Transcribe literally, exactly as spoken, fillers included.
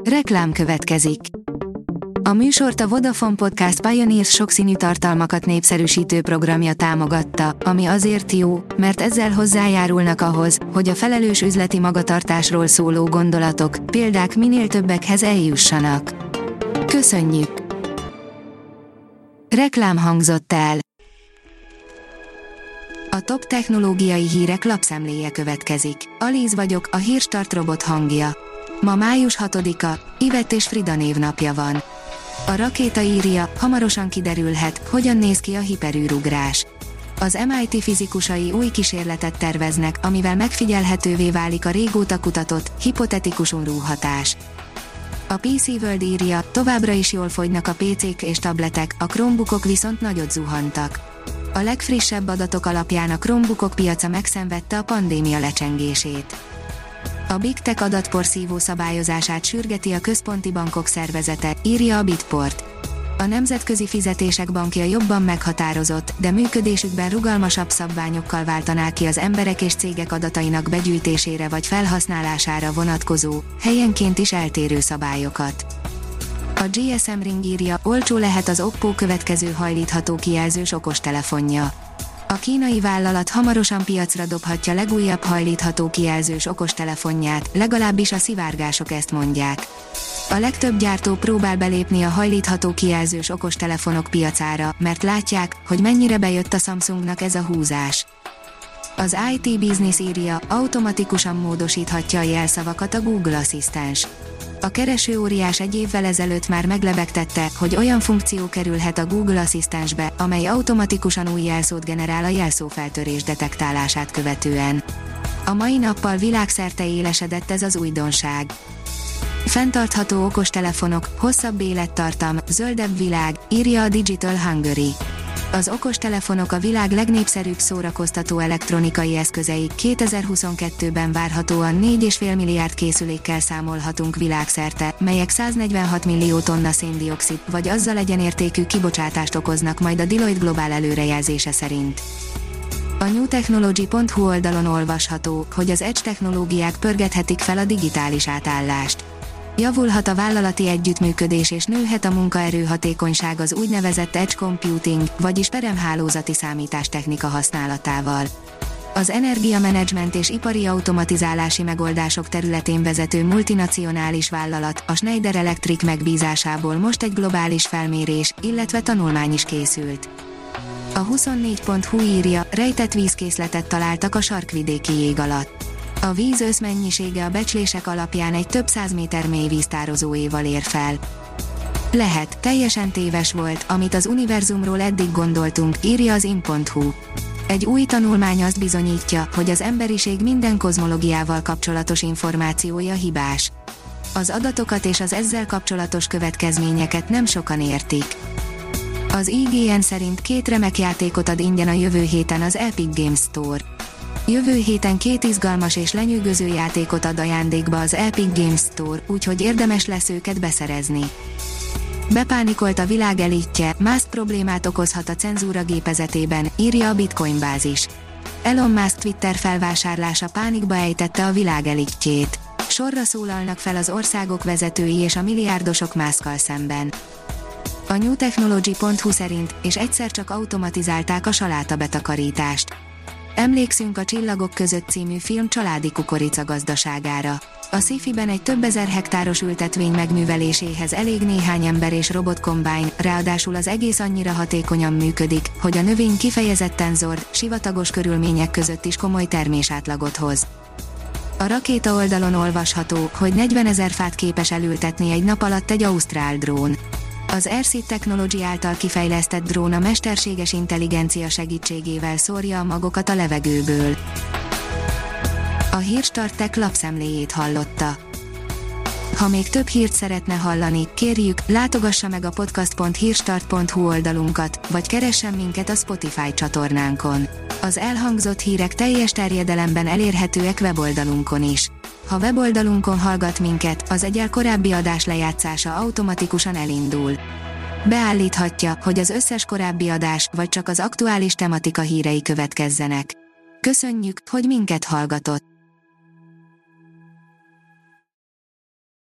Reklám következik. A műsort a Vodafone Podcast Pioneers sokszínű tartalmakat népszerűsítő programja támogatta, ami azért jó, mert ezzel hozzájárulnak ahhoz, hogy a felelős üzleti magatartásról szóló gondolatok, példák minél többekhez eljussanak. Köszönjük! Reklám hangzott el. A top technológiai hírek lapszemléje következik. Alíz vagyok, a Hírstart robot hangja. Ma május hatodika, Ivett és Frida névnapja van. A Rakéta írja, hamarosan kiderülhet, hogyan néz ki a hiperűrugrás. Az em i té fizikusai új kísérletet terveznek, amivel megfigyelhetővé válik a régóta kutatott, hipotetikus unrúhatás. A pé cé World írja, továbbra is jól fogynak a pé cék és tabletek, a Chromebookok viszont nagyot zuhantak. A legfrissebb adatok alapján a Chromebookok piaca megszenvedte a pandémia lecsengését. A Big Tech adatporszívó szabályozását sürgeti a központi bankok szervezete, írja a Bitport. A nemzetközi fizetések bankja jobban meghatározott, de működésükben rugalmasabb szabványokkal váltanák ki az emberek és cégek adatainak begyűjtésére vagy felhasználására vonatkozó, helyenként is eltérő szabályokat. A gé es em Ring írja, olcsó lehet az Oppo következő hajlítható kijelzős okostelefonja. A kínai vállalat hamarosan piacra dobhatja legújabb hajlítható kijelzős okostelefonját, legalábbis a szivárgások ezt mondják. A legtöbb gyártó próbál belépni a hajlítható kijelzős okostelefonok piacára, mert látják, hogy mennyire bejött a Samsungnak ez a húzás. Az i té Business írja, automatikusan módosíthatja a jelszavakat a Google asszisztens. A keresőóriás egy évvel ezelőtt már meglebegtette, hogy olyan funkció kerülhet a Google asszisztensbe, amely automatikusan új jelszót generál a jelszófeltörés detektálását követően. A mai nappal világszerte élesedett ez az újdonság. Fenntartható okostelefonok, hosszabb élettartam, zöldebb világ, írja a Digital Hungary. Az okostelefonok a világ legnépszerűbb szórakoztató elektronikai eszközei, kétezer-huszonkettőben várhatóan négy egész öt milliárd készülékkel számolhatunk világszerte, melyek száznegyvenhat millió tonna széndioxid vagy azzal egyenértékű kibocsátást okoznak majd a Deloitte Global előrejelzése szerint. A new technology pont hu oldalon olvasható, hogy az edge technológiák pörgethetik fel a digitális átállást. Javulhat a vállalati együttműködés és nőhet a munkaerő hatékonyság az úgynevezett edge computing, vagyis peremhálózati számítástechnika használatával. Az energiamenedzsment és ipari automatizálási megoldások területén vezető multinacionális vállalat, a Schneider Electric megbízásából most egy globális felmérés, illetve tanulmány is készült. A huszonnégy pont hu írja, rejtett vízkészletet találtak a sarkvidéki jég alatt. A víz összmennyisége a becslések alapján egy több száz méter mély víztározóéval ér fel. Lehet, teljesen téves volt, amit az univerzumról eddig gondoltunk, írja az in pont hu. Egy új tanulmány azt bizonyítja, hogy az emberiség minden kozmológiával kapcsolatos információja hibás. Az adatokat és az ezzel kapcsolatos következményeket nem sokan értik. Az i gé en szerint két remek játékot ad ingyen a jövő héten az Epic Games Store. Jövő héten két izgalmas és lenyűgöző játékot ad ajándékba az Epic Games Store, úgyhogy érdemes lesz őket beszerezni. Bepánikolt a világ elitje, Musk problémát okozhat a cenzúra gépezetében, írja a Bitcoin bázis. Elon Musk Twitter felvásárlása pánikba ejtette a világ elitjét. Sorra szólalnak fel az országok vezetői és a milliárdosok Muskkal szemben. A new technology pont hu szerint, és egyszer csak automatizálták a salátabetakarítást. Emlékszünk a Csillagok között című film családi kukorica gazdaságára. A sci-fiben egy több ezer hektáros ültetvény megműveléséhez elég néhány ember és robotkombájn, ráadásul az egész annyira hatékonyan működik, hogy a növény kifejezetten zord, sivatagos körülmények között is komoly termésátlagot hoz. A Rakéta oldalon olvasható, hogy negyvenezer fát képes elültetni egy nap alatt egy ausztrál drón. Az Airseed Technology által kifejlesztett drón a mesterséges intelligencia segítségével szórja a magokat a levegőből. A Hírstart Tech lapszemléjét hallotta. Ha még több hírt szeretne hallani, kérjük, látogassa meg a podcast pont hírstart pont hu oldalunkat, vagy keressen minket a Spotify csatornánkon. Az elhangzott hírek teljes terjedelemben elérhetőek weboldalunkon is. Ha weboldalunkon hallgat minket, az egyel korábbi adás lejátszása automatikusan elindul. Beállíthatja, hogy az összes korábbi adás, vagy csak az aktuális tematika hírei következzenek. Köszönjük, hogy minket hallgatott!